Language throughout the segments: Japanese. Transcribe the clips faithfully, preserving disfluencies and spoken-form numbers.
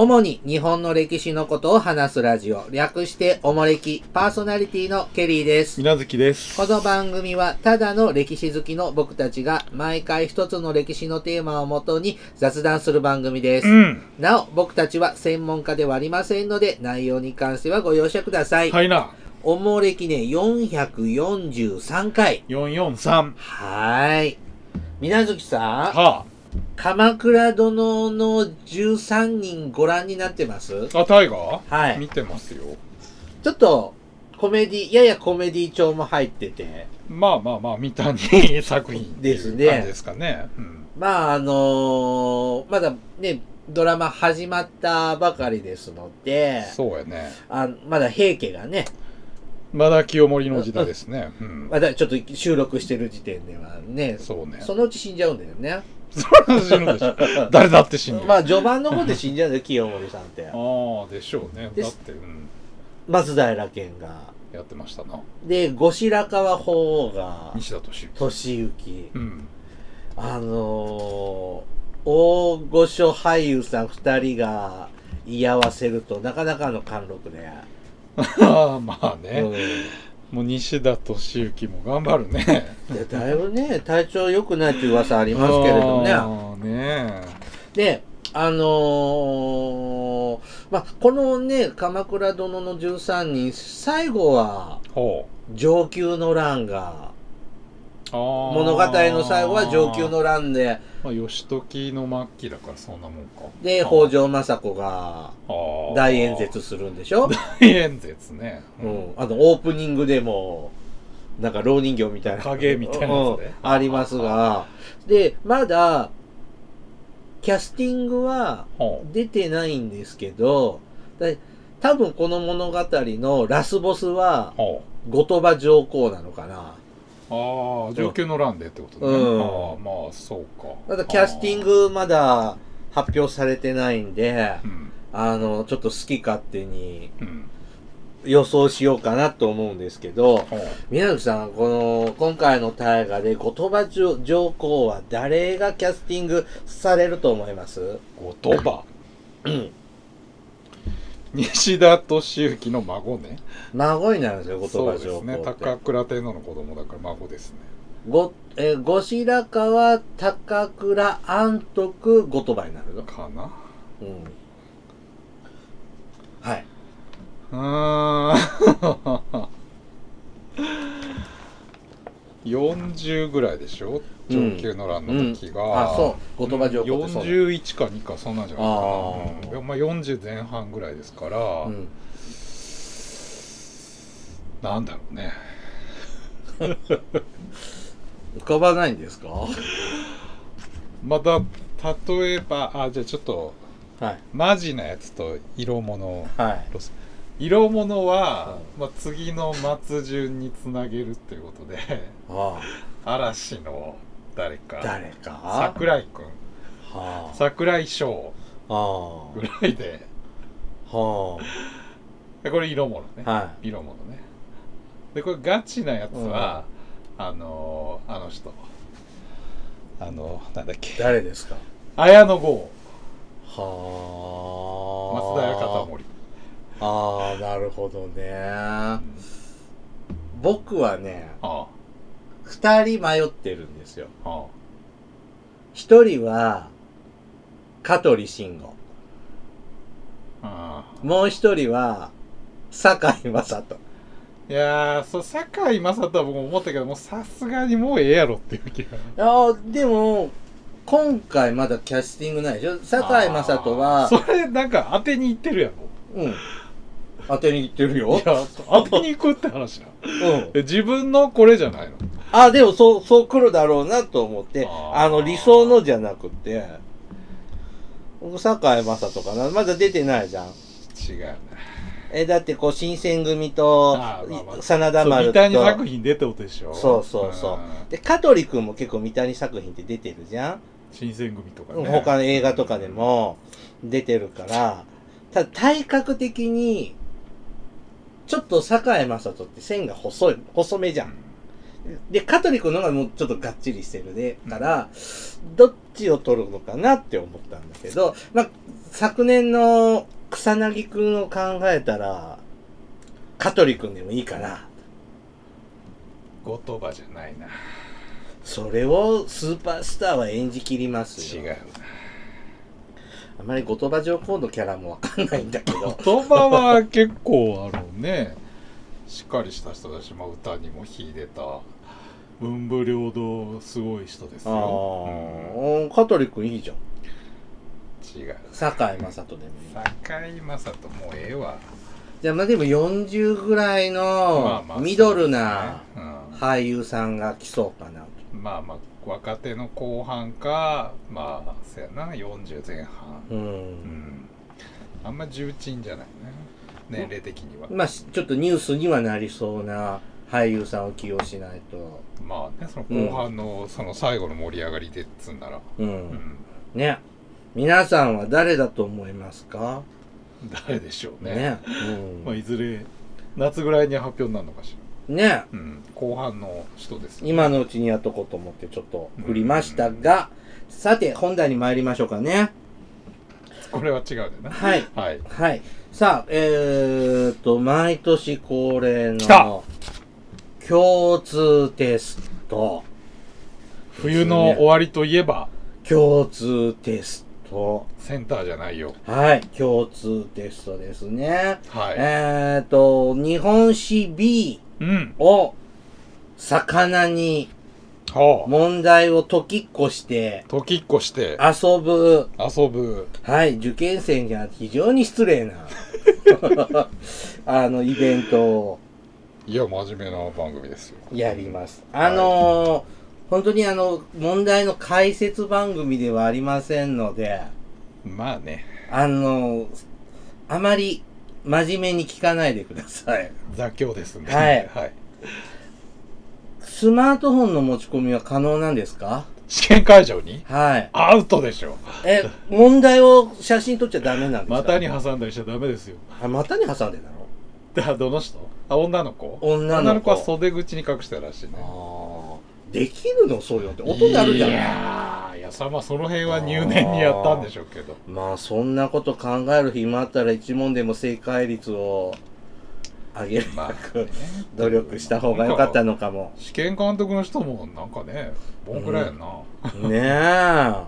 主に日本の歴史のことを話すラジオ、略しておもれき、パーソナリティのケリーです。 みなずきです。 この番組はただの歴史好きの僕たちが毎回一つの歴史のテーマをもとに雑談する番組です。うん、なお、僕たちは専門家ではありませんので、内容に関してはご容赦ください。 はいな。 おもれきね、よんひゃくよんじゅうさんかい。 よんひゃくよんじゅうさん。 はーい。みなずきさん。 はあ。 鎌倉殿のじゅうさんにんご覧になってます？ あ、タイガー？ はい。 見てますよ。 ちょっと、コメディ、ややコメディ調も入ってて。 まあまあまあ、三谷作品ですね。 感じですかね。うん、 まあ、あのー、まだね、ドラマ始まったばかりですので。 そうやね。 あまだ平家がね。 まだ清盛の時代ですね。うん、 まだちょっと収録してる時点ではね。 そうね。 そのうち死んじゃうんだよね。 それは死ぬでしょ。誰だって死ぬ。 まあ序盤の方で死んじゃうんだよ、清盛さんって。 ああ、でしょうね。だって、うん、 松平健がやってましたな。 で、後白河法皇が西田敏行。 敏行。 うん、あのー、大御所俳優さんふたりが居合わせるとなかなかの貫禄で。 まあね。うん、もう西田敏行も頑張るね。 でだいぶね、体調良くないっていう噂ありますけれどね。 あねで、あのー、まあ、このね、鎌倉殿のじゅうさんにん、最後は、承久の乱が、物語の最後は承久の乱で、 まあ、義時の末期だからそんなもんか。 で、北条政子が大演説するんでしょ？ 大演説ね。 うん。あの、オープニングでも、なんか、蝋人形みたいな。 影みたいなやつで、 うん。ありますが、で、まだ、キャスティングは出てないんですけど、多分この物語のラスボスは、後鳥羽上皇なのかな。 ああ、承久の乱でってことね。うん、ああ、まあ、そうか。 ただ、キャスティングまだ発表されてないんで、うん、あの、ちょっと好き勝手に予想しようかなと思うんですけど、うん、宮崎さん、この、今回の大河で後鳥羽上皇は誰がキャスティングされると思います？ 後鳥羽うん。西田敏行の孫ね。 孫になるんですよ、後鳥羽上皇って。 そうですね。高倉天皇の子供だから孫ですね。 ご、えー、後白河、高倉、安徳、後鳥羽になるのかな。 うん。はい。 うーん。よんじゅうぐらいでしょ？承久の乱の時が、うんうん、 あ、そう後鳥羽上皇ってそうだ、 よんじゅういちかにかそんなんじゃないかな、うん、まあ、よんじゅう前半ぐらいですから、うん、なんだろうね。 浮かばないんですか？ また例えば、あ、じゃあちょっと、はい、マジなやつと色物、はい、色物は、まあ、次の末順につなげるっていうことで、ああ、嵐の誰か、 誰か桜井くん、はあ、桜井翔ぐらいで、はあ、でこれ色物ね、はい、色物ね。でこれガチなやつは、うん、あのあの人、あのなんだっけ、 誰ですか？ 綾野剛、 はあ、松田屋形盛。 ああ、なるほどね、うん、僕はね、ああ、二人迷ってるんですよ。ああ、一人は香取慎吾、ああ、もう一人は堺雅人。 いやー、そう、堺雅人は僕も思ったけど、もうさすがにもうええやろっていう気が。 ああ、でも今回まだキャスティングないでしょ。堺雅人はそれなんか当てにいってるやろ。 うん、当てにいってるよ。 いや、当てに行くって話な。うん、自分のこれじゃないの。 あ、でもそうそう来るだろうなと思って、あの理想のじゃなくて、僕堺雅人かな、まだ出てないじゃん。 違うね。 え、だってこう新選組と真田丸と三谷作品出てるでしょ。 そうそうそう。で香取君も結構三谷作品って出てるじゃん。 新選組とかね。 他の映画とかでも出てるから、ただ体格的にちょっと堺雅人って線が細い細めじゃん。で香取君の方がもうちょっとがっちりしてるでから、どっちちを取るのかなって思ったんだけど、まあ、昨年の草薙くんを考えたら、香取くんでもいいかな。 後鳥羽じゃないな。 それをスーパースターは演じきりますよ。 違うな。 あまり後鳥羽上皇のキャラもわかんないんだけど。 後鳥羽は結構あのね、しっかりした人だし、まあ、歌にも秀でた文武両道すごい人ですよ。 ああ、うん、香取くんいいじゃん。 違う。 堺雅人でもいい。 堺雅人もうええわ。 じゃあまあでもよんじゅうぐらいのミドルな俳優さんが来そうかなと。 まあまあ若手の後半か、まあせやなよんじゅうぜんはん。うん。うん、あんま重鎮じゃないね。年齢的には。 まあちょっとニュースにはなりそうな俳優さんを起用しないと。 まあね、その後半の、うん、その最後の盛り上がりでっつんなら。うん。うん、 ね。皆さんは誰だと思いますか？ 誰でしょうね。 ね、 うん、まあいずれ夏ぐらいに発表になるのかしら。ね、 うん、後半の人です、 ね。今のうちにやっとこうと思ってちょっと振りましたが、うん、さて本題に参りましょうかね。 これは違うでな。 はい。 はい。 はい。さあ、えーっと毎年恒例の共通テスト。 冬の終わりといえば共通テスト。 センターじゃないよ。 はい、共通テストですね。 はい。 えっと、日本史 B を魚に問題を解きっこして、 解きっこして遊ぶ。 遊ぶ。 はい、受験生には非常に失礼なあのイベントを。 いや、真面目な番組ですよ。 やります。あのー、はい、本当にあの問題の解説番組ではありませんので、 まあね、 あのあまり真面目に聞かないでください。 妥協ですね。 はい、はい。スマートフォンの持ち込みは可能なんですか？ 試験会場に？ はい。 アウトでしょ。 え、問題を写真撮っちゃダメなんですか？ 股に挟んだりしちゃダメですよ。 あ、股に挟んでだろ？ だどの人？あ、女の子？ 女の子。 女の子は袖口に隠したらしいね。 ああ。できるのそうよって音鳴るじゃん。 いやいやさ、まあその辺は入念にやったんでしょうけど。 まあそんなこと考える暇あったら一問でも正解率を上げるべく、まあね、努力した方が良かったのかも。 試験監督の人もなんかね、ボンくらいやな。 うん、ね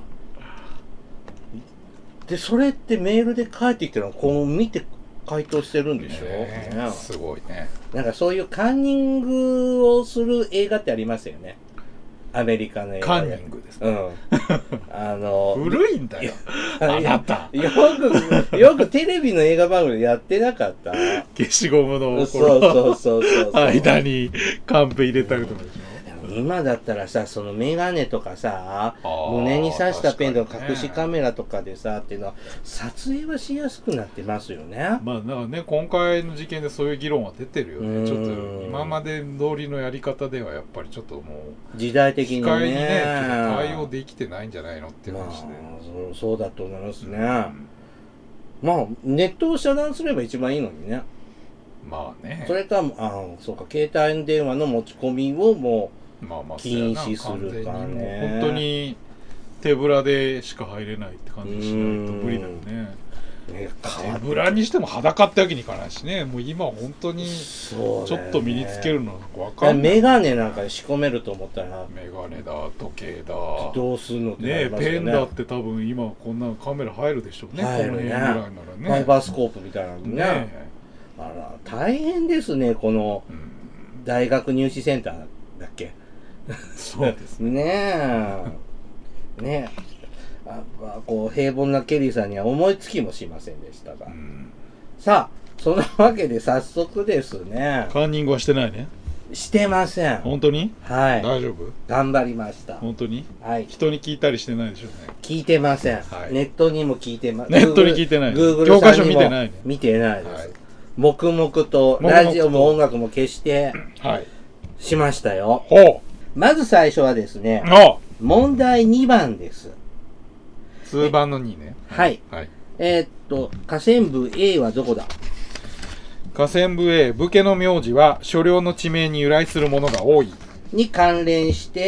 え。でそれってメールで返ってきてるのこう見て回答してるんでしょ、ねね、すごいね。 なんかそういうカンニングをする映画ってありますよね。アメリカの映画。 カンニングですね。うん。 あの古いんだよ。あなた。 よくよくテレビの映画番組でやってなかった。 消しゴムのそうそうそうそう間にカンペ入れたりとかでしょ。 今だったらさ、そのメガネとかさ、胸に刺したペンとか隠しカメラとかでさ、っていうのは撮影はしやすくなってますよね。 まあだからね、今回の事件でそういう議論は出てるよね。ちょっと今まで通りのやり方ではやっぱりちょっともう時代的にね、 機械にね対応できてないんじゃないのっていう話で、まあ、そう、そうだと思いますね。うん、まあネットを遮断すれば一番いいのにね。 まあね。 それか、あ、そうか、携帯電話の持ち込みをもうまあまあ禁止するかね。 本当に手ぶらでしか入れないって感じしないと無理だよね。ね、手ぶらにしても裸ってわけにいかないしね。もう今本当にちょっと身につけるの分かんない。 メガネなんかで仕込めると思ったらメガネだ、時計だ、 どうするのってなりますよね。ね、ペンだって多分今こんなカメラ入るでしょうね。 入るね。 この辺ぐらいならね。 ファイバースコープみたいなのね。ね、あら大変ですね、この大学入試センターだっけ。 そうですね。ねえ。ねえ。あ、まあ、こう平凡なケリーさんには思いつきもしませんでしたが。うん、さあ、そのわけで早速ですね。 カンニングはしてないね。 してません。 本当に？ はい。 大丈夫？ 頑張りました。 本当に？ はい。 人に聞いたりしてないでしょうね。 聞いてません。はい、ネットにも聞いてません。 ネットに聞いてない。 Google 教科書見てないね。 見てないです。はい、黙々とラジオも音楽も消してしましたよ。 ほう。 まず最初はですね、問題にばんです。 数番のにね。 はい。はい、えー、っと、河川部 A はどこだ？ 河川部 A、武家の名字は所領の地名に由来するものが多い。 に関連して、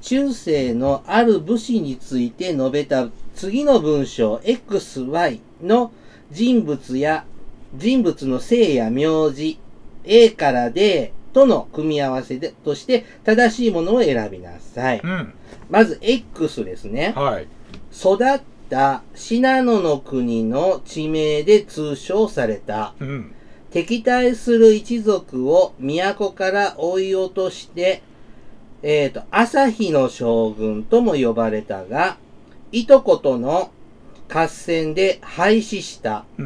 中世のある武士について述べた次の文章 エックスワイ の人物や人物の姓や名字 A から D との組み合わせでとして正しいものを選びなさい。うん、まず X ですね。はい、育った信濃の国の地名で通称された。うん、敵対する一族を都から追い落として、えっと、朝日の将軍とも呼ばれたが、いとことの合戦で廃止した。うん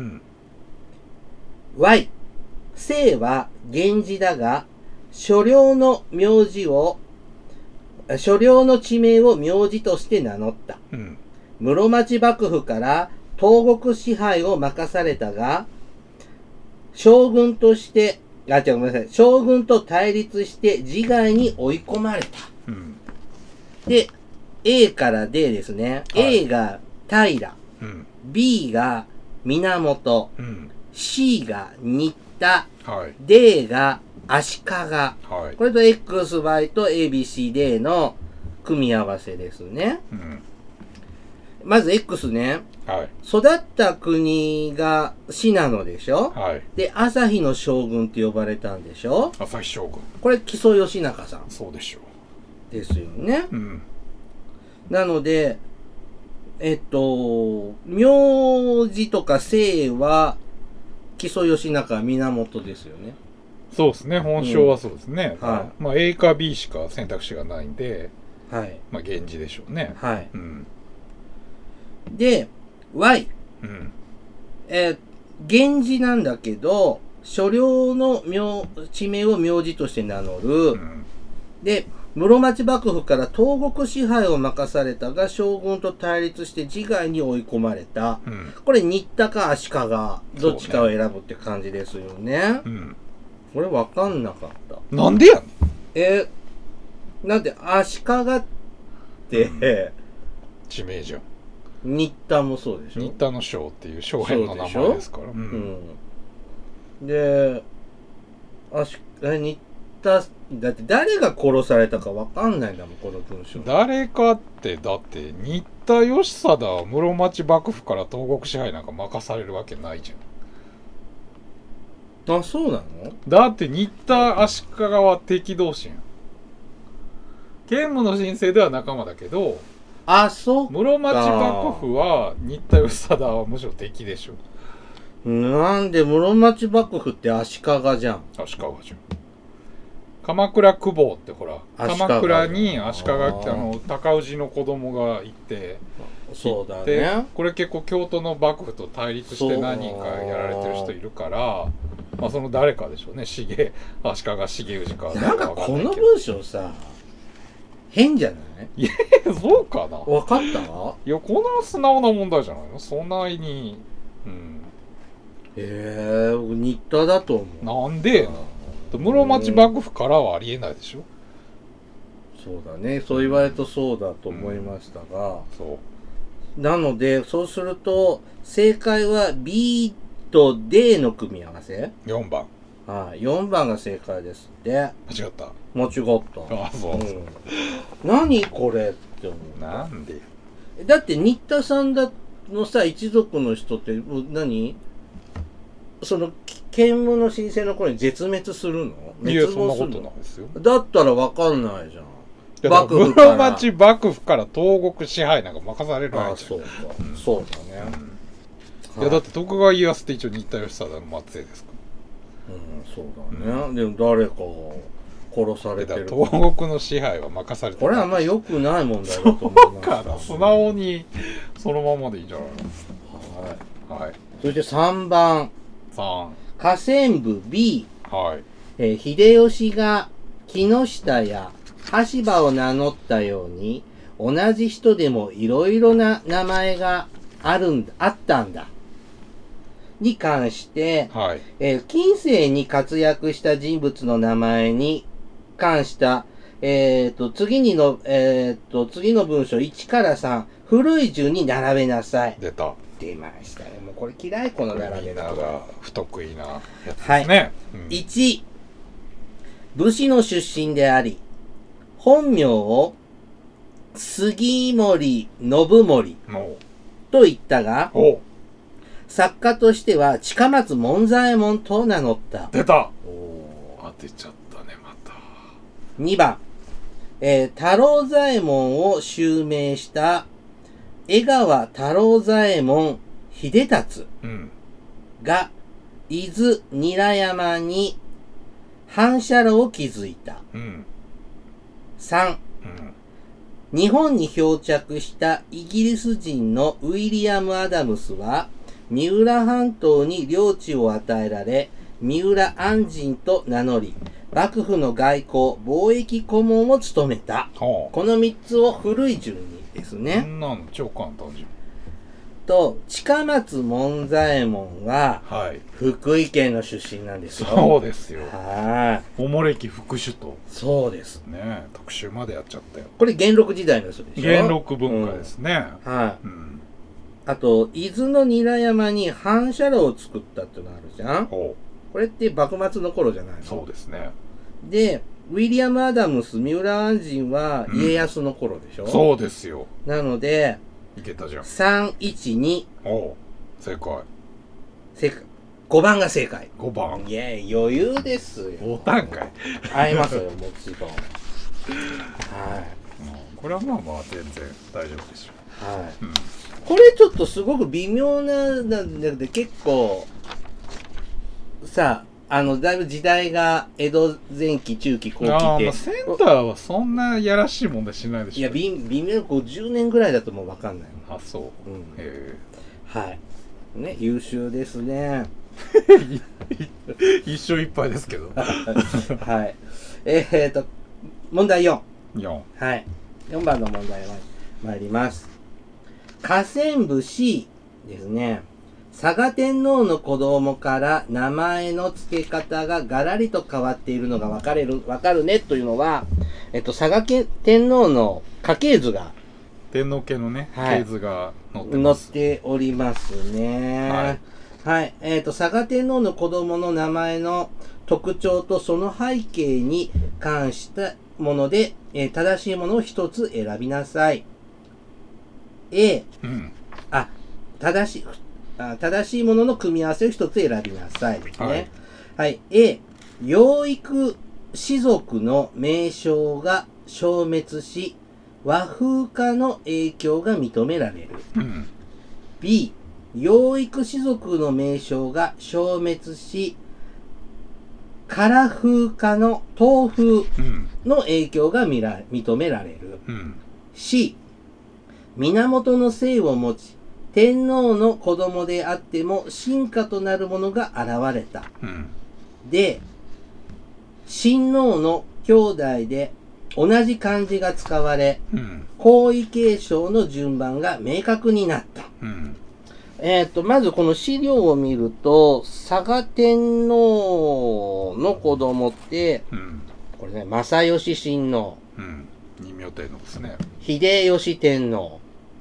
、Y、姓は源氏だが、所領の名字を、所領の地名を名字として名乗った。うん、室町幕府から東国支配を任されたが、将軍として、あ、違う、ごめんなさい。将軍と対立して自害に追い込まれた。うん、で、A から D ですね。はい、A が平、うん、B が源、うん、C が新田、はい、D が足利、はい、これと エックスワイ と エービーシーディー の組み合わせですね。うん、まず X ね。はい、育った国が信濃でしょ、はい、で、朝日の将軍って呼ばれたんでしょ。 朝日将軍。 これ木曽義仲さん。 そうでしょう。ですよね。うん、なので、えっと、名字とか姓は木曽義仲源ですよね。 そうですね。本性はそうですね。うん、はい、まあ A か B しか選択肢がないんで、はい、まあ源氏でしょうね。はい。うん、 で、Y、うん、えー、源氏なんだけど、所領の名地名を名字として名乗る。うん、で、室町幕府から東国支配を任されたが、将軍と対立して自害に追い込まれた。うん、これ、新田か足利、どっちかを選ぶって感じですよね。うん、これ分かんなかった。 なんでやねん。 えー、なんで足利って、うん、 地名じゃん。 新田もそうでしょ。 新田の将っていう将兵の名前ですから。うん、 うん、で、あし新田だって誰が殺されたか分かんないんだもん、この文章。 誰かってだって新田義貞は室町幕府から東国支配なんか任されるわけないじゃん。あ、そうなの？ だって新田足利は敵同士やん。剣武の新生では仲間だけど。 あ、そうか。 室町幕府は新田義貞はむしろ敵でしょ。 なんで室町幕府って足利じゃん。 足利じゃん。鎌倉久保ってほら、鎌倉に足利あの高氏の子供がいて、 そうだね。 これ結構京都の幕府と対立して何人かやられてる人いるから、まあその誰かでしょうね。重足利重氏か。 なんかこの文章さ。変じゃない？ いや、そうかな。 分かった？いや、この素直な問題じゃないの？そんなに。うん。 ええー、新田だと思う。なんで？室町幕府からはありえないでしょ。 そうだね。そう言われるとそうだと思いましたが。うん、そう。なので、そうすると、正解は B と D の組み合わせ？ よんばん。 はい、よんばんが正解ですって。間違った。 間違った。 ああ、そう、うん、 何これって思う。 なんで？ だって新田さんだのさ一族の人って何？その剣武の新生の頃に絶滅するの？ いや、そんなことないですよ。 だったら分かんないじゃん。 幕府から室町幕府から東国支配なんか任されるわけじゃん。 ああ、そうか、うん、そうだね、 うん、いやだって徳川家康って一応新田義貞の末裔ですから。 うん、そうだね、うん、でも誰か殺されてる。 東国の支配は任されてる。 これはあんまり良くない問題だと思いますから、素直にそのままでいいんじゃないの。はい、はい、そしてさんばんさん下線部 B、 はい、 えー、秀吉が木下や羽柴を名乗ったように同じ人でもいろいろな名前があるんだあったんだに関して、はい、えー、近世に活躍した人物の名前に関した、えー、と次にの、えー、と次の文章いちからさん古い順に並べなさい。 出た。 出ましたね。もうこれ嫌い、この並べなが不得意なやつですね。はい、 うん、いち、武士の出身であり本名を杉森信盛と言ったが、作家としては近松門左衛門と名乗った。 出た。おー、当てちゃったね、また。 にばん、えー、太郎左衛門を襲名した江川太郎左衛門秀達が、うん、伊豆韮山に反射炉を築いた。うん、さん、うん、日本に漂着したイギリス人のウィリアム・アダムスは三浦半島に領地を与えられ、三浦安人と名乗り、幕府の外交、貿易顧問を務めた。はあ、このみっつを古い順にですね。 そんなの超簡単じゃん。 と、近松門左衛門は、はい、福井県の出身なんですよ。 そうですよ。 はい。 おもれき副首都。 そうです。 ね、特集までやっちゃったよ。 これ元禄時代の人でしょ。 元禄文化ですね。 うん、はい。うん、あと、伊豆の韮山に反射炉を作ったっていうのがあるじゃん。これって幕末の頃じゃないの？ そうですね。 で、ウィリアム・アダムス、三浦安人は家康の頃でしょ、うん、 そうですよ。 なので、 いけたじゃん。 さんいちに。 おう、正解。 正解。ごばんが正解。 ごばん。 いや、余裕ですよ。 ボタンかい。 合いますよ、もちろん。はい、 うん。これはまあまあ全然大丈夫でしょう。 はい。うん、これちょっとすごく微妙なんだけど、結構、さあ、あの、だいぶ時代が江戸前期、中期、後期って。 センターはそんなやらしい問題しないでしょ。 いや、微妙にごじゅうねんぐらいだともう分かんない。 あ、そう。うん、へー。はい。ね、優秀ですね。 一生いっぱいですけど。 はい。えー、っと、問題よん。 よん。 はい。よんばんの問題は参ります。河川部 C ですね。嵯峨天皇の子供から名前の付け方がガラリと変わっているのが分かれる、分かるねというのは、えっと、嵯峨天皇の家系図が、 天皇家のね、 はい、 系図が載ってます。 載っておりますね。はい。はい。えっと、嵯峨天皇の子供の名前の特徴とその背景に関したもので、えー、正しいものを一つ選びなさい。A、うん、あ、正しい、あ正しいものの組み合わせを一つ選びなさいですね。はい。はい、A、養育士族の名称が消滅し、和風化の影響が認められる。うん、B、養育士族の名称が消滅し、唐風化の東風の影響が見ら認められる。うん、C、源の姓を持ち、天皇の子供であっても進化となるものが現れた。うん、で、親王の兄弟で同じ漢字が使われ、うん、皇位継承の順番が明確になった。うん、えっと、まずこの資料を見ると、嵯峨天皇の子供って、うん、これね、正義親王。 うん、任明天皇ですね。 秀吉天皇。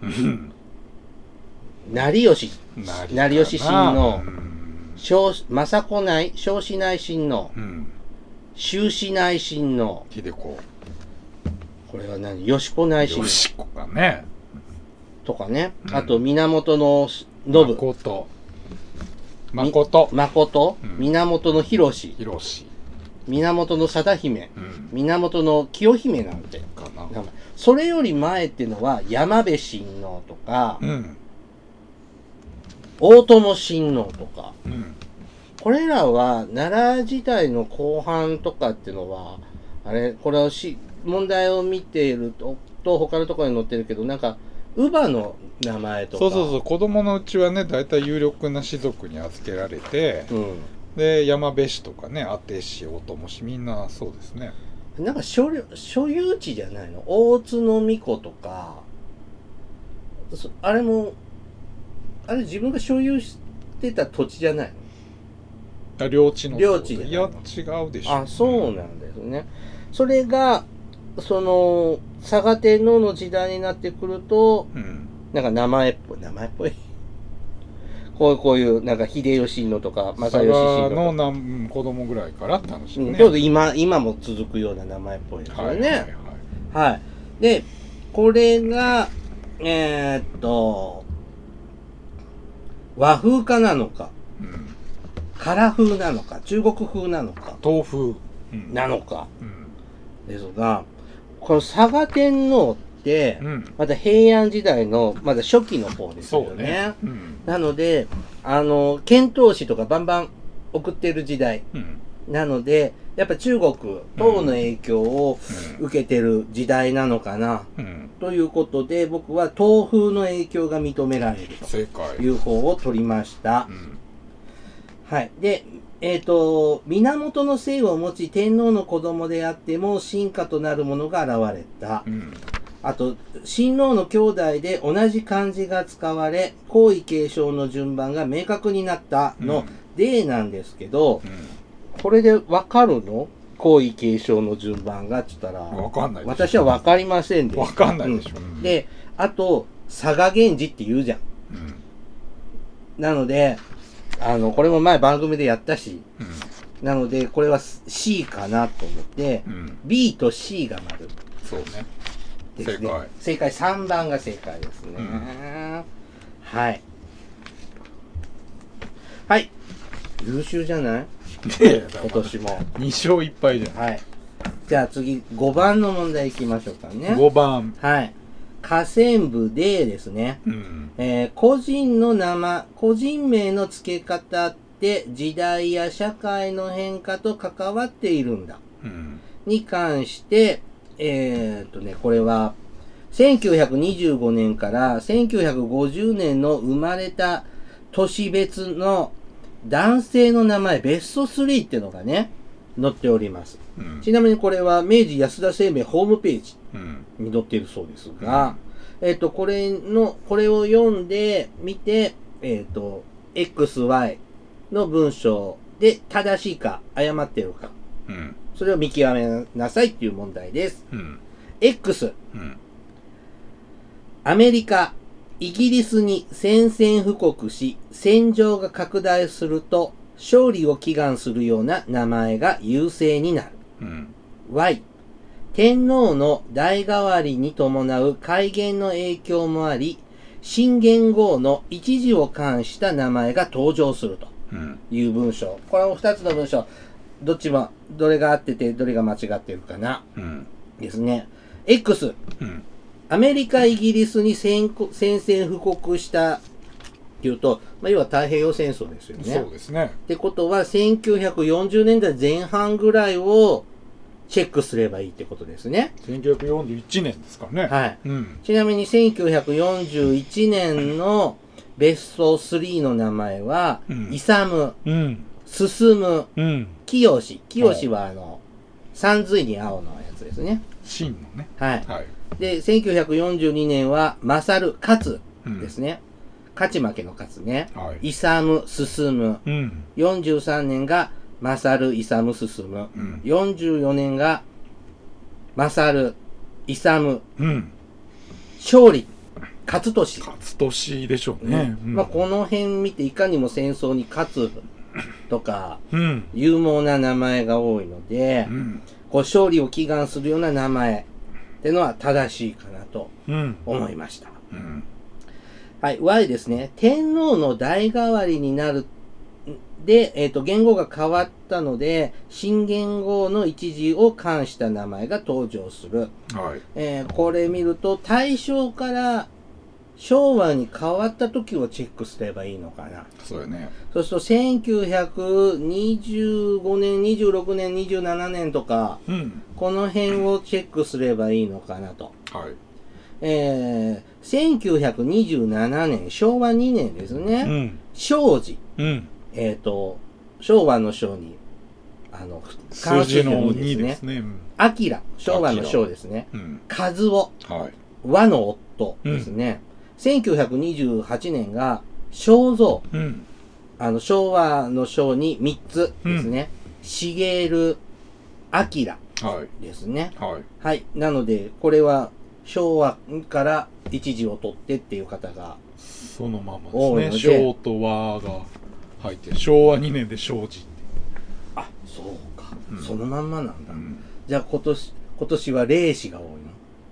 成吉、成吉親王、政子内、少子内親王、周氏内親王、 秀子。 これは何？吉子内親王。 吉子がね。 とかね。あと、源の信。 誠。誠。 誠。源の広志。 広志。 源の貞姫。源の清姫なんて。かな。それより前っていうのは山部親王とか、うん、大友親王とか、うん、これらは奈良時代の後半とかっていうのはあれこれをし問題を見ているとと他のところに載ってるけどなんか乳母の名前とかそうそうそう子供のうちはねだいたい有力な氏族に預けられて、うん、で山部氏とかね当て氏大友氏みんなそうですね。 なんか所所有地じゃないの大津の巫女とかあれもあれ自分が所有してた土地じゃないのあ領地の領地じゃないのいや違うでしょあそうなんですね。それがその嵯峨天皇の時代になってくると、うん、なんか名前っぽい名前っぽいこういうこういうなんか秀吉のとか正義親のの子供ぐらいからって話ね。 ちょうど今今も続くような名前っぽいですよね。はいはいはい、はい。でこれが、えー、っと、和風化なのか、うん、辛風なのか、中国風なのか、 豆腐なのか、うん、ですが、この嵯峨天皇って、うん、まだ平安時代のまだ初期の方ですよね。ねうん、なので、あの、遣唐使とかバンバン送ってる時代。うんなので、やっぱ中国、唐の影響を受けてる時代なのかな、うん、ということで、僕は唐風の影響が認められるという方を取りました。うん、はい。で、えっ、ー、と、源の姓を持ち天皇の子供であっても進化となるものが現れた。うん、あと、親王の兄弟で同じ漢字が使われ、皇位継承の順番が明確になったの例なんですけど、うんうんこれで分かるの皇位継承の順番がっつったら分かんないでしょ私は分かりませんで分かんないでしょ、うん、 であと嵯峨源氏って言うじゃん、うん、なのであのこれも前番組でやったし、うん、なのでこれは C かなと思って、うん、B と C が丸そうねですね正解正解さんばんが正解ですね、うん、はいはい優秀じゃない今年もに勝いっぱいじゃん。 はい。じゃあ次ごばんの問題いきましょうかね。 ごばん。 はい。下線部 D ですね。うん、えー、個人の名前、個人名の付け方って時代や社会の変化と関わっているんだ。うん、に関して、えー、っとね、これはせんきゅうひゃくにじゅうごねんからせんきゅうひゃくごじゅうねんの生まれた年別の男性の名前ベストスリーっていうのがね載っております、うん、ちなみにこれは明治安田生命ホームページに載っているそうですが、うん、えっとこれのこれを読んでみてえっと エックスワイ の文章で正しいか誤っているか、うん、それを見極めなさいっていう問題です、うん、X、うん、アメリカイギリスに宣戦布告し、戦場が拡大すると、勝利を祈願するような名前が優勢になる。うん、Y、天皇の代替わりに伴う改元の影響もあり、新元号の一字を冠した名前が登場するという文章。この二つの文章、どっちも、どれが合ってて、どれが間違ってるかな。うん、ですね。X、うんアメリカ、イギリスに宣戦布告したっていうと、まあ、要は太平洋戦争ですよね。 そうですね。 ってことは、せんきゅうひゃくよんじゅうねんだいぜん半ぐらいをチェックすればいいってことですね。 せんきゅうひゃくよんじゅういちねんですかね。 はい。うん、ちなみにせんきゅうひゃくよんじゅういちねんのベストスリーの名前は、うん、イサム、うん、進む、うん、清志。清志はあの、三髄に青のやつですね。 真のね。 はい。はいで、せんきゅうひゃくよんじゅうにねんは、勝る、勝ですね。うん、勝ち負けの勝ね。はい、勇む、進む、うん。よんじゅうさんねんが、勝る、勇む、進む。うん、よんじゅうよねんが、勝る、勇む、うん、勝利、勝利。 勝利でしょうね。 うん、まあ、この辺見て、いかにも戦争に勝つとか、うん、勇猛な名前が多いので、うん、こう勝利を祈願するような名前。ってのは正しいかなと思いました。うんうん、はい、Y ですね。天皇の代替わりになるで、えっと、元号が変わったので、新元号の一字を冠した名前が登場する。はいえー、これ見ると、大正から昭和に変わった時をチェックすればいいのかな。 そうよね。 そうするとせんきゅうひゃくにじゅうごねん、にじゅうろくねん、にじゅうななねんとか、うん、この辺をチェックすればいいのかなと。はい。えー、せんきゅうひゃくにじゅうななねん、昭和にねんですね。うん、正治。うん、えっ、ー、と、昭和の章に、あの、 数字のにですね。 あきら、昭和の章ですね。うん、和夫、はい、和の夫ですね。うんせんきゅうひゃくにじゅうはちねんが正蔵、うん、あの昭和の章にみっつですね。茂、うん、明ですね。はい、はい。なのでこれは昭和から一字を取ってっていう方がそのままですね。昭と和が入って昭和にねんで正治って。 あ、そうか、うん。そのまんまなんだ。うん、じゃあ今年今年は霊子が多いの？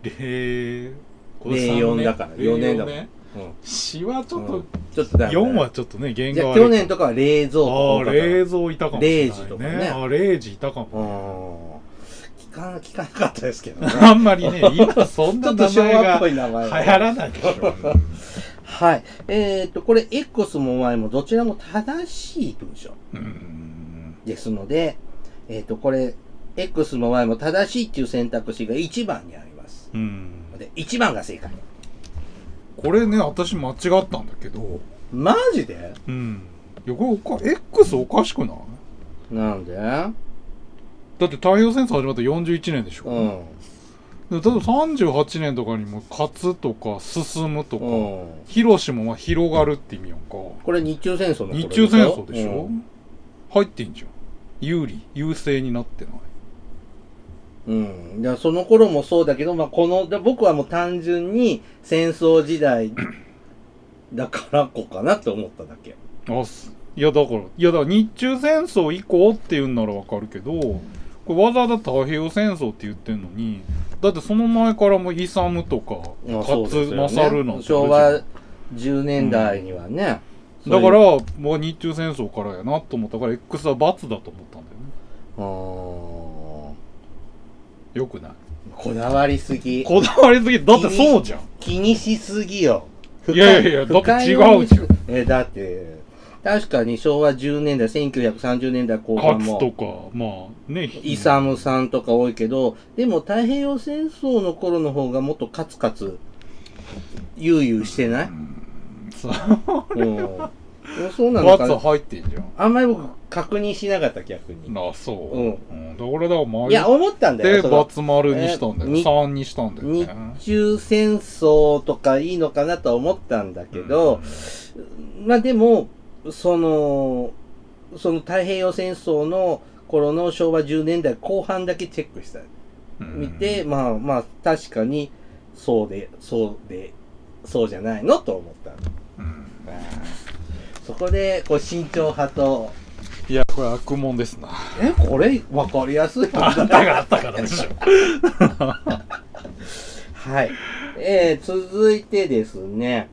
れれいよんだからよねんだもん、うん、 しはちょっと、うん、 ちょっとだよんはちょっとね限界悪い。去年とかは冷蔵庫とか、あ冷蔵いたかもしれない、ね、 れいじとかね、 あれいじいたかも、 聞か聞かなかったですけどねあんまりね今そんな名前が流行らないでしょはい。えっ、ー、と、これ X も Y もどちらも正しい文章ですので、えっ、ー、と、これ X も Y も正しいっていう選択肢がいちばんにあります。うんでいちばんが正解。 これね、私間違ったんだけど。 マジで？ うん。いや、これおか X おかしくない？ なんで？だって太平洋戦争始まったよんじゅういちねんでしょ。うん例えばさんじゅうはちねんとかにも勝つとか進むとか、広島は広がるって意味やんか。 これ日中戦争の日中戦争でしょ、うん、入ってんじゃん。有利優勢になってない。 うんいやその頃もそうだけど、まあ、この僕はもう単純に戦争時代だからこうかなって思っただけ。 あいやだからいやだから日中戦争以降っていうんならわかるけど、これわざわざ太平洋戦争って言ってんのに、だってその前からもイサムとか勝つ、勝るの昭和じゅうねんだいにはね、 うん、だからもう日中戦争からやなと思ったから X は×だと思ったんだよね。ああよくない。 こだわりすぎ。 こだわりすぎ。だってそうじゃん。 気にしすぎよ。 いやいやいやだって違うじゃん。 えだって確かに昭和じゅうねんだいせんきゅうひゃくさんじゅうねんだいこう半も勝つとかまあねイサムさんとか多いけど、でも太平洋戦争の頃の方がもっとカツカツ悠々してない？うんそう、うん、そうなのかな。 入ってんじゃん。 あんまり僕確認しなかった逆に。 ああそう、うんうん、だからだから前いや思ったんだよ。 でバツ丸にしたんだよ、えー、さんにしたんだよね。 日中戦争とかいいのかなとは思ったんだけど、うん、まあでもそのその太平洋戦争の頃の昭和じゅうねんだいこう半だけチェックした見て、まあまあ確かにそうでそうでそうじゃないのと思ったの、うん、そこでこう慎重派といやこれ悪もんですな。 えこれ分かりやすいあんたがあったからでしょはい、えー、続いてですね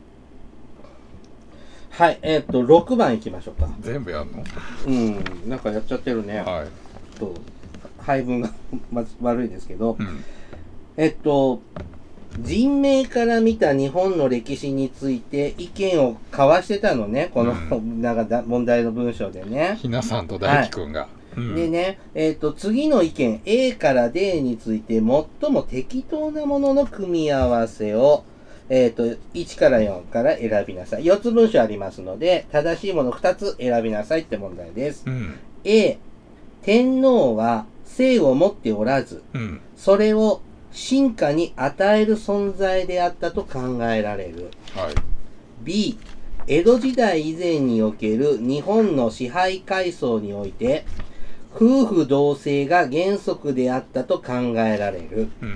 はい、えっ、ー、と、ろくばんいきましょうか。 全部やんの？ うん、なんかやっちゃってるね。はい。と配分がまず悪いですけど、うん、えっと、人命から見た日本の歴史について意見を交わしてたのね、この、うん、なんかだ問題の文章でね。 ひなさんと大輝くんが。はいうん、でね、えっと、次の意見 A から D について最も適当なものの組み合わせをえっと、いちからよんから選びなさい。よっつ文章ありますので、正しいものふたつ選びなさいって問題です。うん、A、天皇は姓を持っておらず、うん、それを臣下に与える存在であったと考えられる。はい、B、江戸時代以前における日本の支配階層において、夫婦同姓が原則であったと考えられる。うん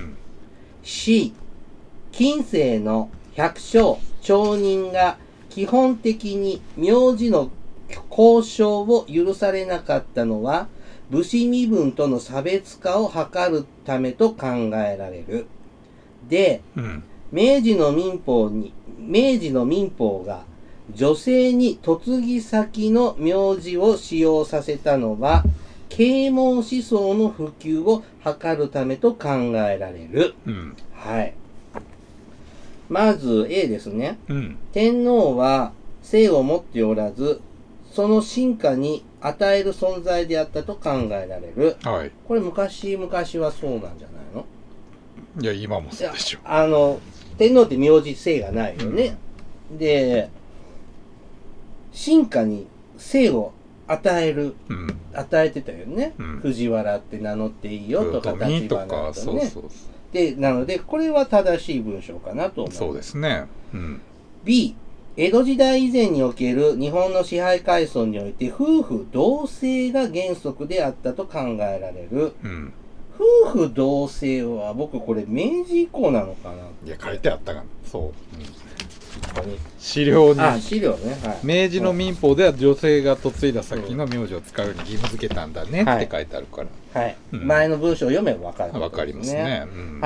、C、近世の百姓、町人が基本的に名字の公称を許されなかったのは、武士身分との差別化を図るためと考えられる。で、うん、明治の民法に、明治の民法が女性に嫁ぎ先の名字を使用させたのは、啓蒙思想の普及を図るためと考えられる。うん、はい。まず A ですね、うん、天皇は姓を持っておらずその臣下に与える存在であったと考えられる、はい、これ昔々はそうなんじゃないの？ いや今もそうでしょ。 あの天皇って名字姓がないよね、うん、で臣下に姓を与える、うん、与えてたよね、うん、藤原って名乗っていいよとか立花とかね。そうそうそうでなのでこれは正しい文章かなと思います。 そうですね、うん、 B 江戸時代以前における日本の支配階層において夫婦同姓が原則であったと考えられる、うん、夫婦同姓は僕これ明治以降なのかな。 いや書いてあったかな。そう、うん、資料にあ資料ね、はい、 明治の民法では女性が嫁いだ先の名字を使うように義務付けたんだねって書いてあるから、 はい、はいうん、前の文章を読めば分かる、 ね、分かりますね、 うん、はい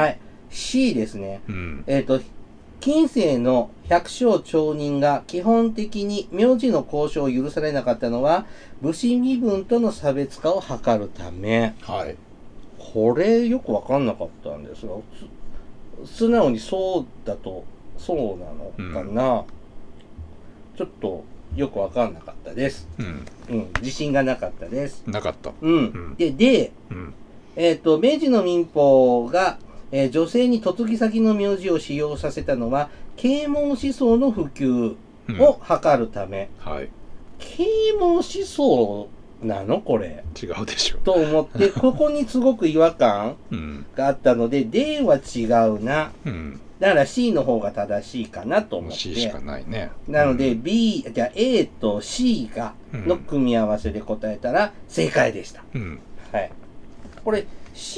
C ですね。 うん、 えっ、ー、と、近世の百姓町人が基本的に名字の交渉を許されなかったのは、武士身分との差別化を図るため。 はい。 これよくわかんなかったんですが、素直にそうだと、そうなのかな、うん、ちょっとよくわかんなかったです。 うん。 うん、自信がなかったです。 なかった。 うん。うん、で、で、うん、えっ、ー、と、明治の民法が、えー、女性に嫁ぎ先の名字を使用させたのは、啓蒙思想の普及を図るため。 うん、はい。 啓蒙思想なのこれ。 違うでしょ。 と思って、ここにすごく違和感があったので、うん、D は違うな。 うん、 だから C の方が正しいかなと思って。 C しかないね。 なので B、じゃあ A と C が、の組み合わせで答えたら正解でした。 うん、 はい。これ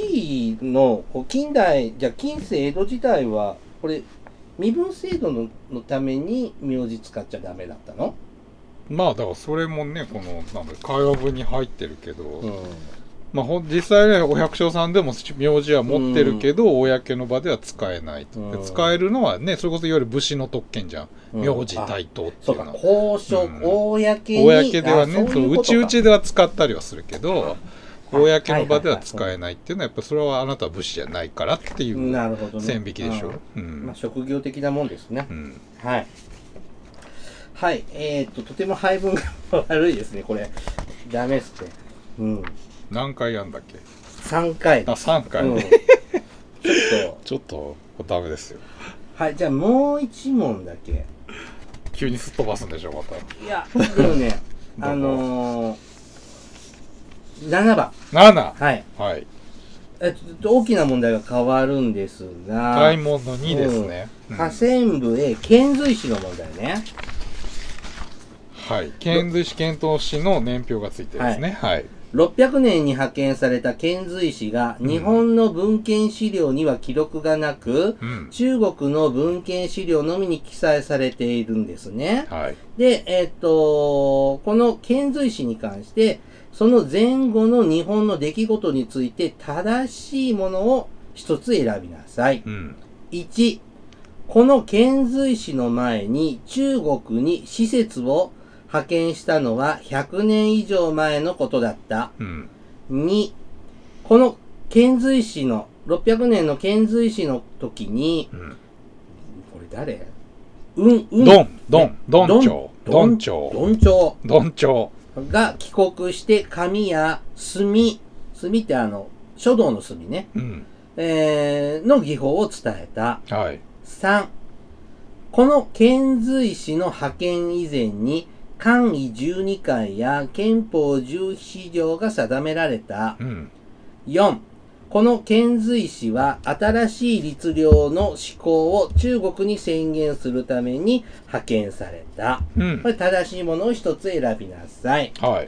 C の近代、じゃあ近世江戸時代は、これ身分制度 の, のために名字使っちゃダメだったの？ まあだからそれもね、このなんだ会話文に入ってるけど、うん、まあ実際ねお百姓さんでも名字は持ってるけど、うん、公の場では使えないと、うん、使えるのはねそれこそいわゆる武士の特権じゃん、うん、名字対等っていうのは、 交渉、うん、公に公ではねうちうちでは使ったりはするけど公の場では使えないっていうのはやっぱそれはあなたは武士じゃないからっていう線引きでしょ、ねうん、まあ、職業的なもんですね、 うん、 はいはい、えー、っととても配分が悪いですねこれダメっすね、うん、 何回やんだっけ？ さんかい。 あさんかい、うん、ちょっとちょっとダメですよ。 はい、じゃあもう一問だけ急にすっ飛ばすんでしょまた。 いやでもねあのー、ななばんななはい、 はい、 えちょっと大きな問題が変わるんですが大問のにですね、 うん、下線部へ遣隋使の問題ね。 はい、遣隋使遣唐使の年表がついてですね、はいはい、 ろっぴゃくねんに派遣された遣隋使が日本の文献資料には記録がなく、うん、中国の文献資料のみに記載されているんですね、 はい、 で、えっとこの遣隋使に関してその前後の日本の出来事について正しいものを一つ選びなさい、 うん、 いちこの遣隋使の前に中国に使節を派遣したのはひゃくねん以上前のことだった。 うん、 にこの遣隋使のろっぴゃくねんの遣隋使の時に、うん、これ誰？うんうんドンドンドン長ドン長ドン長ドン長が帰国して紙や墨墨ってあの書道の墨ね、 うんえー、の技法を伝えた。 はい、 さんこの遣隋使の派遣以前に簡易じゅうにかいや憲法じゅうなな条が定められた、 うん、 よんこの遣隋使は新しい律令の施行を中国に宣言するために派遣された、 うん、 これ正しいものを一つ選びなさい、 はい、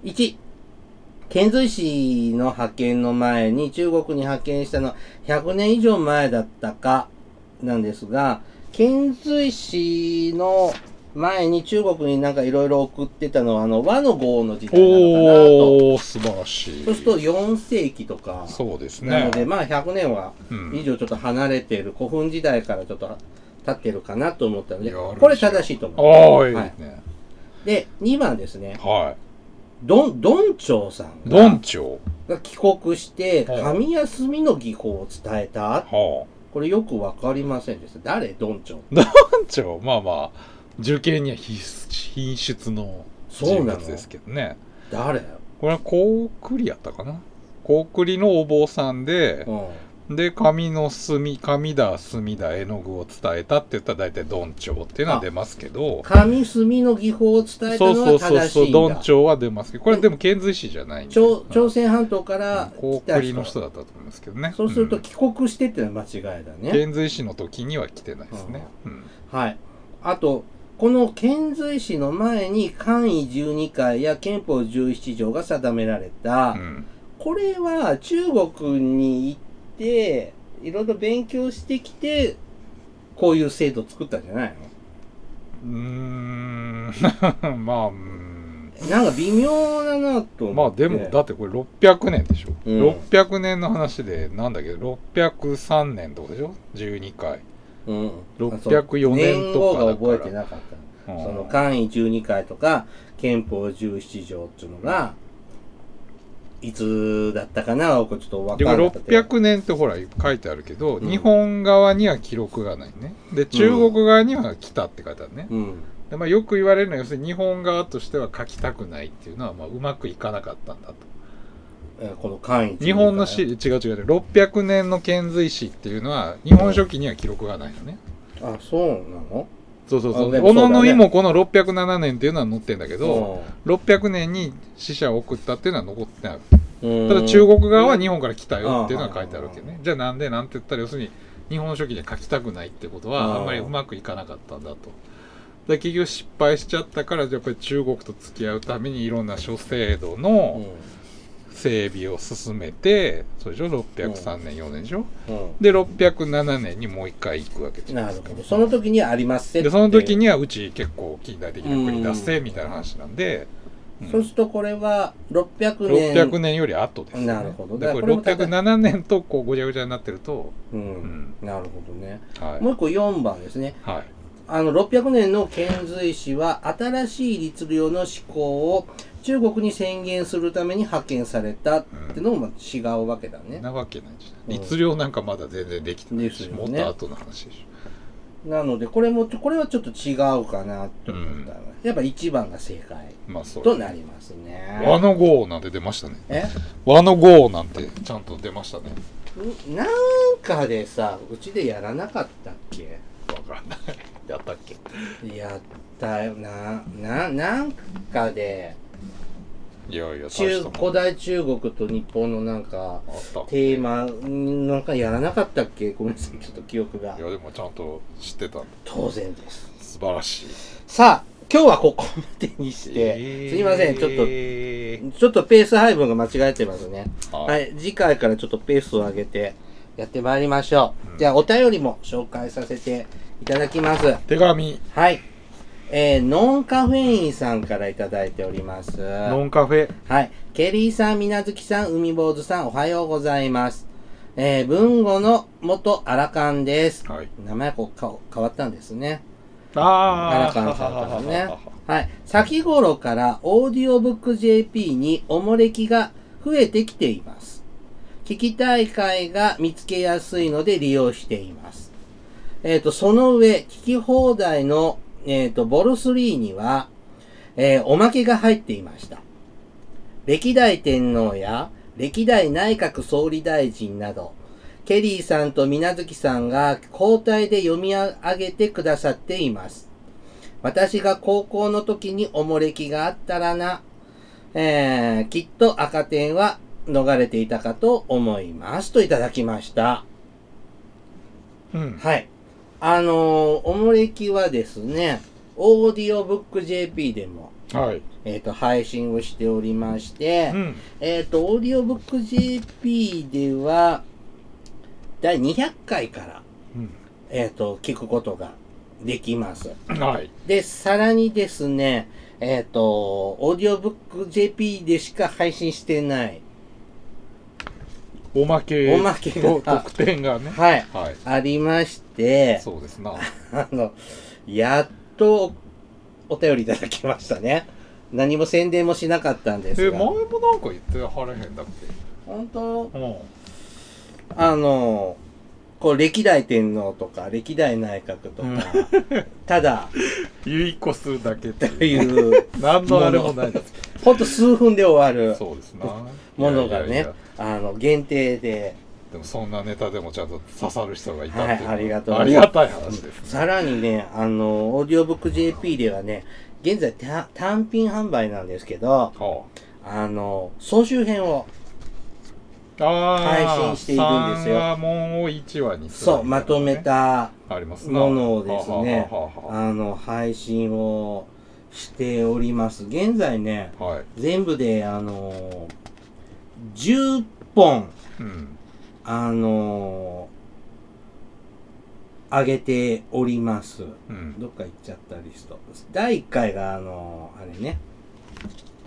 いち遣隋使の派遣の前に中国に派遣したのはひゃくねん以上前だったかなんですが、遣隋使の前に中国になんかいろいろ送ってたのはあの和の号の時代なのかなと。 おー素晴らしい。 そうするとよんせいきとかそうですね。 なのでまあひゃくねんは以上ちょっと離れている、うん、古墳時代からちょっと経ってるかなと思ったのでこれ正しいと思います。 ああいいですね、はい、 でにばんですね、 はい、 ドンドン長さんがドン長が帰国して紙や墨の技法を伝えた、はあ、これよくわかりませんでした。誰？ドン長。 ドン長まあまあ受験には品質の人物ですけどね。 誰？ これは高栗やったかな。高栗のお坊さんで、うん、で紙の墨紙だ墨だ絵の具を伝えたって言ったら大体ドン長っていうのは出ますけど、 紙墨の技法を伝えたのは正しいんだ。そうそうそうドン長は出ますけど、これはでも遣隋使じゃないんで、 朝, 朝鮮半島から高栗の人だったと思いますけどね。 そうすると帰国してっていうのは間違いだね。 遣隋使の時には来てないですね、 うんうん、はい。あとこの遣隋使の前に簡易じゅうにかいや憲法じゅうなな条が定められた、 うん、 これは中国に行っていろいろ勉強してきてこういう制度を作ったんじゃないの？ うーんまあうんなんか微妙だなと思って。 まあでもだってこれろっぴゃくねんでしょ、うん、ろっぴゃくねんの話でなんだっけろっぴゃくさんねんとかでしょじゅうにかい、うん、ろっぴゃくよねんとかだから年号が覚えてなかった、うん、その簡易じゅうにかいとか憲法じゅうなな条っていうのがいつだったかな、僕ちょっと分からなかった。 ろっぴゃくねんってほら書いてあるけど、うん、日本側には記録がないね。で中国側には来たって書いてあるね、うん、でまあ、よく言われるのは要するに日本側としては書きたくないっていうのは、まあ、うまくいかなかったんだと。 この簡易日本の史、違う違う、ろっぴゃくねんの遣隋使っていうのは日本書紀には記録がないのね、 うん、あ、そうなの。 そうそうそう。小野の妹子のろっぴゃくななねんっていうのは載ってんだけど、ろっぴゃくねんに死者を送ったっていうのは残ってない。ただ中国側は日本から来たよっていうのが書いてあるわけね。じゃあなんでなんて言ったら要するに日本書紀で書きたくないってことはあんまりうまくいかなかったんだと。で結局失敗しちゃったからやっぱり中国と付き合うためにいろんな諸制度の整備を進めて、そうでしょろっぴゃくさんねんよねんでしょ、うん、でろっぴゃくななねんにもう一回行くわけじゃないですか。 なるほど。その時にはありますでその時にはうち結構近代的な国出せみたいな話なんで、 うん、そうするとこれはろっぴゃくねんろっぴゃくねんより後ですね。 なるほど。 でこれろっぴゃくななねんとこうごちゃごちゃになってると、 うんうん、なるほどね、 はい、 もう一個よんばんですね、 はい、 あのろっぴゃくねんの遣隋使は新しい律令の施行を中国に宣言するために派遣されたっていうのも違うわけだね。 なわけないじゃん。律令なんかまだ全然できてないし、うん、もっと後の話でしょ。なのでこれもこれはちょっと違うかなと思ったら、うん、やっぱいちばんが正解、まあ、となりますね。 和の号なんて出ましたね。 え和の号なんてちゃんと出ましたね。 なんかでさ、うちでやらなかったっけ？ わかんない。やったっけ？ やったよな。な、なんかでいやいや中古代中国と日本のなんかテーマなんかやらなかったっけ？ごめんなさい、ちょっと記憶が。 いやでもちゃんと知ってたんだ。 当然です。 素晴らしい。 さあ今日はここまでにして、えー、すいません、ちょっとちょっとペース配分が間違えてますね。はい、はい、次回からちょっとペースを上げてやってまいりましょう。うん、じゃあお便りも紹介させていただきます。 手紙。 はい。えー、ノンカフェインさんからいただいております。 ノンカフェ。 はい。ケリーさん、みなずきさん、海坊主さん、おはようございます。えー、文吾の元アラカンです。はい。名前こうか変わったんですね。 ああ。 アラカンさんからね。はい。先頃からオーディオブック ジェーピー におもれきが増えてきています。聞きたい回が見つけやすいので利用しています。えっと、その上、聞き放題のえっと、ボルスリーには、えー、おまけが入っていました。歴代天皇や歴代内閣総理大臣など、ケリーさんとみなずきさんが交代で読み上げてくださっています。私が高校の時におもれきがあったらな、えー、きっと赤点は逃れていたかと思いますといただきました。 うん。 はい。あのー、おもれきはですね、オーディオブック ジェーピー でも、 はい、 えっと、配信をしておりまして、 うん、 えっと、オーディオブック ジェーピー では、だいにひゃっかいから、 うん、 えっと、聞くことができます。 はい。 で、さらにですね、えっと、オーディオブック ジェーピー でしか配信してない、 おまけおまけと特典がね、 はい、はい、ありまして、 そうですな。 あの、やっとお便りいただきましたね。何も宣伝もしなかったんですが。 え、前もなんか言ってはれへんだっけ？ 本当？ うん。 あの、こう歴代天皇とか歴代内閣とか、うん、ただゆいこするだけっていう何のあれもないですけど、 ほんと数分で終わるそうですなものがね、いやいやいや、あの限定で。 でもそんなネタでもちゃんと刺さる人がいたっていう、 はい、ありがとう。 ありがたい話です、ね。 さらにね、あのオーディオブック ジェーピー ではね、現在単品販売なんですけど、はあ、あの総集編を配信しているんですよ。 さんわもんをいちわにする、ね、そうまとめたものをですね、 あの配信をしております。現在ね、 はい、 全部であのじゅっぽん、 うん、 あのー、上げております、 うん、 どっか行っちゃったリスト。だいいっかいがあのー、あれね、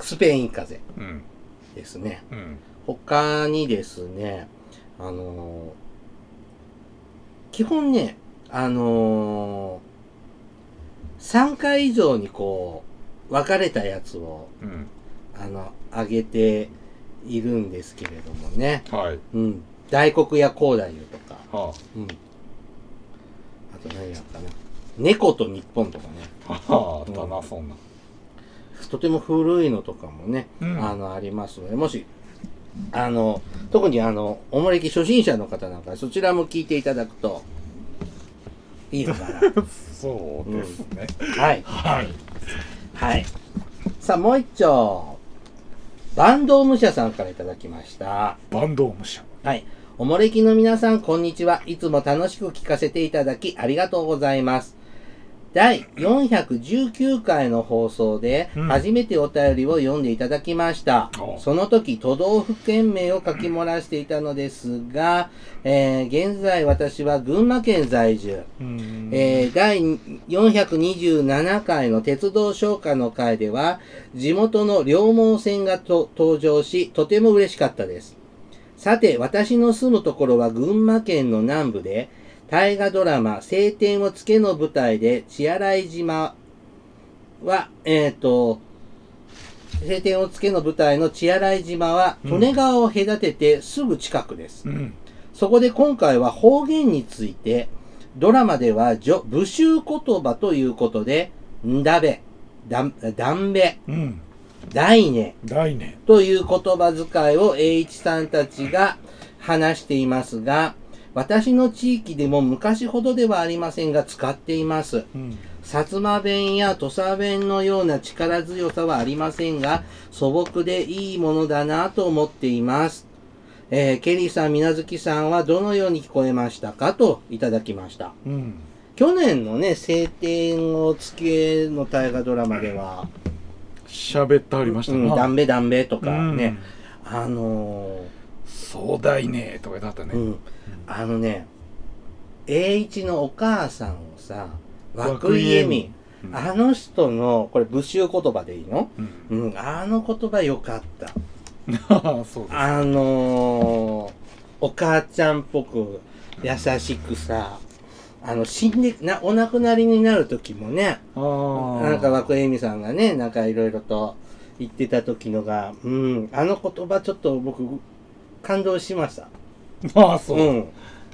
スペイン風邪ですね、うんうん、他にですねあのー、基本ねあのー、さんかい以上にこう分かれたやつを、うん、あのあげているんですけれどもね、はいうん、大黒屋光太夫とか、はあうん、あと何やったかな猫と日本とかねはあ、だな、そんなとても古いのとかもね、うん、あのありますのでもしあの特にあのおもれき初心者の方なんかそちらも聞いていただくといいのかなそうですね、 うん、はいはい、はい、さあもう一丁坂東武者さんからいただきました。 坂東武者はいおもれきの皆さんこんにちは。いつも楽しく聞かせていただきありがとうございます。だいよんひゃくじゅうきゅうかいの放送で初めてお便りを読んでいただきました。うん、その時都道府県名を書き漏らしていたのですが、えー、現在私は群馬県在住、うんえー、だいよんひゃくにじゅうななかいの鉄道唱歌の会では地元の両毛線がと登場しとても嬉しかったです。さて私の住むところは群馬県の南部で大河ドラマ、青天を衝けの舞台で、血洗島は、えっ、ー、と、青天を衝けの舞台の血洗島は、利根川を隔ててすぐ近くです。うん、そこで今回は方言について、ドラマでは武州言葉ということで、んだべ、だん、だんべ、うん、大ね、 大ねという言葉遣いを栄一さんたちが話していますが、私の地域でも昔ほどではありませんが使っています。うん、薩摩弁や土佐弁のような力強さはありませんが、素朴でいいものだなと思っています。えー、ケリーさん、みなずきさんはどのように聞こえましたかといただきました。うん、去年のね、青天を衝けの大河ドラマでは、 喋ってありましたね。ダンベダンベとかね、うん、あのー、 壮大ねとかだったね。うんあのね、栄一のお母さんをさ、涌井絵美、うん、あの人の、これ武州言葉でいいの、うんうん、あの言葉よかった。そうですあのー、お母ちゃんっぽく優しくさ、あの死んでなお亡くなりになる時もね、なんか涌井絵美さんがね、なんかいろいろと言ってた時のが、うん、あの言葉ちょっと僕感動しました。 ああ、そう、うん。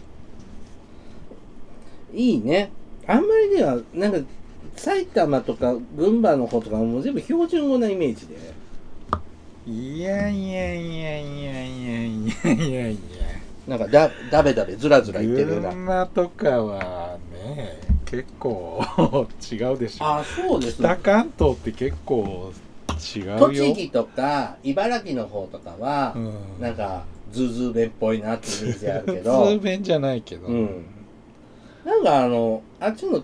いいね。あんまりでは、なんか、埼玉とか群馬の方とかもう全部標準語なイメージで。 いやいやいやいやいやいやいやいや。 なんかだ、だべだべずらずら言ってるような。 群馬とかはね、結構違うでしょ。 あ、そうですね。 北関東って結構違うよ。 栃木とか茨城の方とかは、うん、なんか、ズーズー弁っぽいなってイメージあるけど。 ズーズー弁じゃないけど。うん。 なんかあの、あっちの、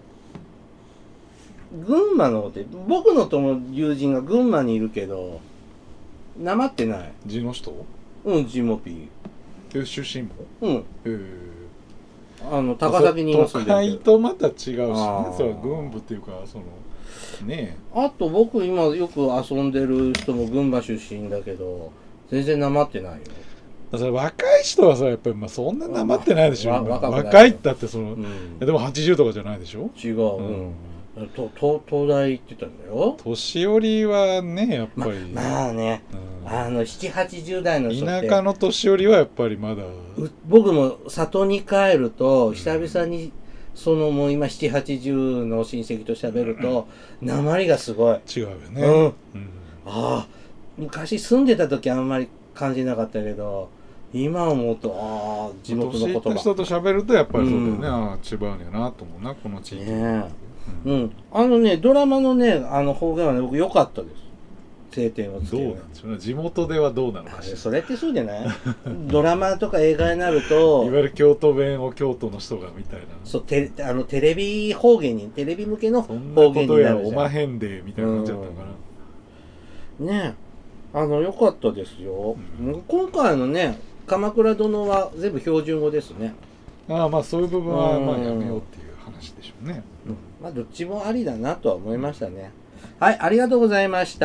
群馬の方って、僕の友友人が群馬にいるけど、なまってない。 地の人？ うん、地もピー。え、出身も？ うん。へえ。あの、高崎に今住んでるけど。都会とまた違うしね。それは群部っていうか、その、ねえ。あと僕今よく遊んでる人も群馬出身だけど、全然なまってないよ。 それ若い人はさやっぱりまあそんななまってないでしょ。若いってってその、うん、でもはちじゅうとかじゃないでしょ。 違う、うんうん、とと東大行ってたんだよ。 年寄りはねやっぱりま, まあね、うん、あのななじゅうはちじゅう代の人って田舎の年寄りはやっぱりまだ僕も里に帰ると久々にそのもう今ななじゅうはちじゅうの親戚と喋ると訛りがすごい違うよね、 うんうん、ああ昔住んでた時あんまり感じなかったけど今思うとああ地元の言葉年いった人と喋るとやっぱりそうだよね、うん、ああ千葉にはなと思うなこの地域、 ねうん、うん、あのねドラマのねあの方言はね僕良かったです青天を衝け。 どうなんでしょうね地元ではどうなのかしらそれってそうじゃないドラマとか映画になるといわゆる京都弁を京都の人がみたいなそうテあのテレビ方言にテレビ向けの方言になるじゃんそんなことやおまへんでみたいな感じだったのかな、 うん、ねえあの良かったですよ、うん、今回のね鎌倉殿は全部標準語ですね。 ああまあそういう部分はまあやめようっていう話でしょうね、 うん、まあどっちもありだなとは思いましたね。はいありがとうございました。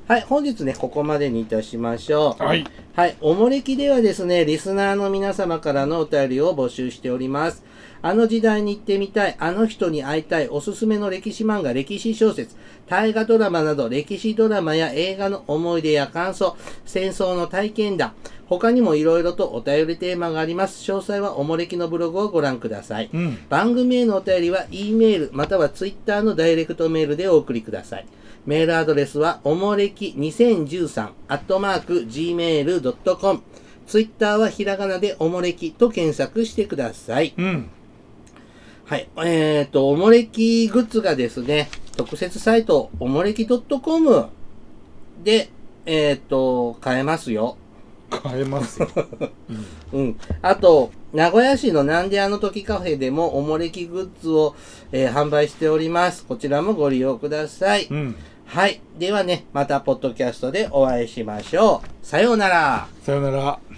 はい、本日ね、ここまでにいたしましょう。 はい。 はい、おもれきではですね、リスナーの皆様からのお便りを募集しております。あの時代に行ってみたい、あの人に会いたい、おすすめの歴史漫画、歴史小説、大河ドラマなど、歴史ドラマや映画の思い出や感想、戦争の体験談、他にもいろいろとお便りテーマがあります。詳細はおもれきのブログをご覧ください。うん、番組へのお便りは E メールまたは Twitter のダイレクトメールでお送りください。メールアドレスはおもれきにせんじゅうさんアットマーク ジーメールドットコム。Twitter はひらがなでおもれきと検索してください。うん、はい。えっ、ー、と、おもれきグッズがですね、特設サイトおもれき .com で、えっ、ー、と、買えますよ。 買えますよ。 うん。あと、名古屋市のなんであの時カフェでもおもれきグッズを、えー、販売しております。こちらもご利用ください。うん、はい。ではね、またポッドキャストでお会いしましょう。さようなら。 さようなら。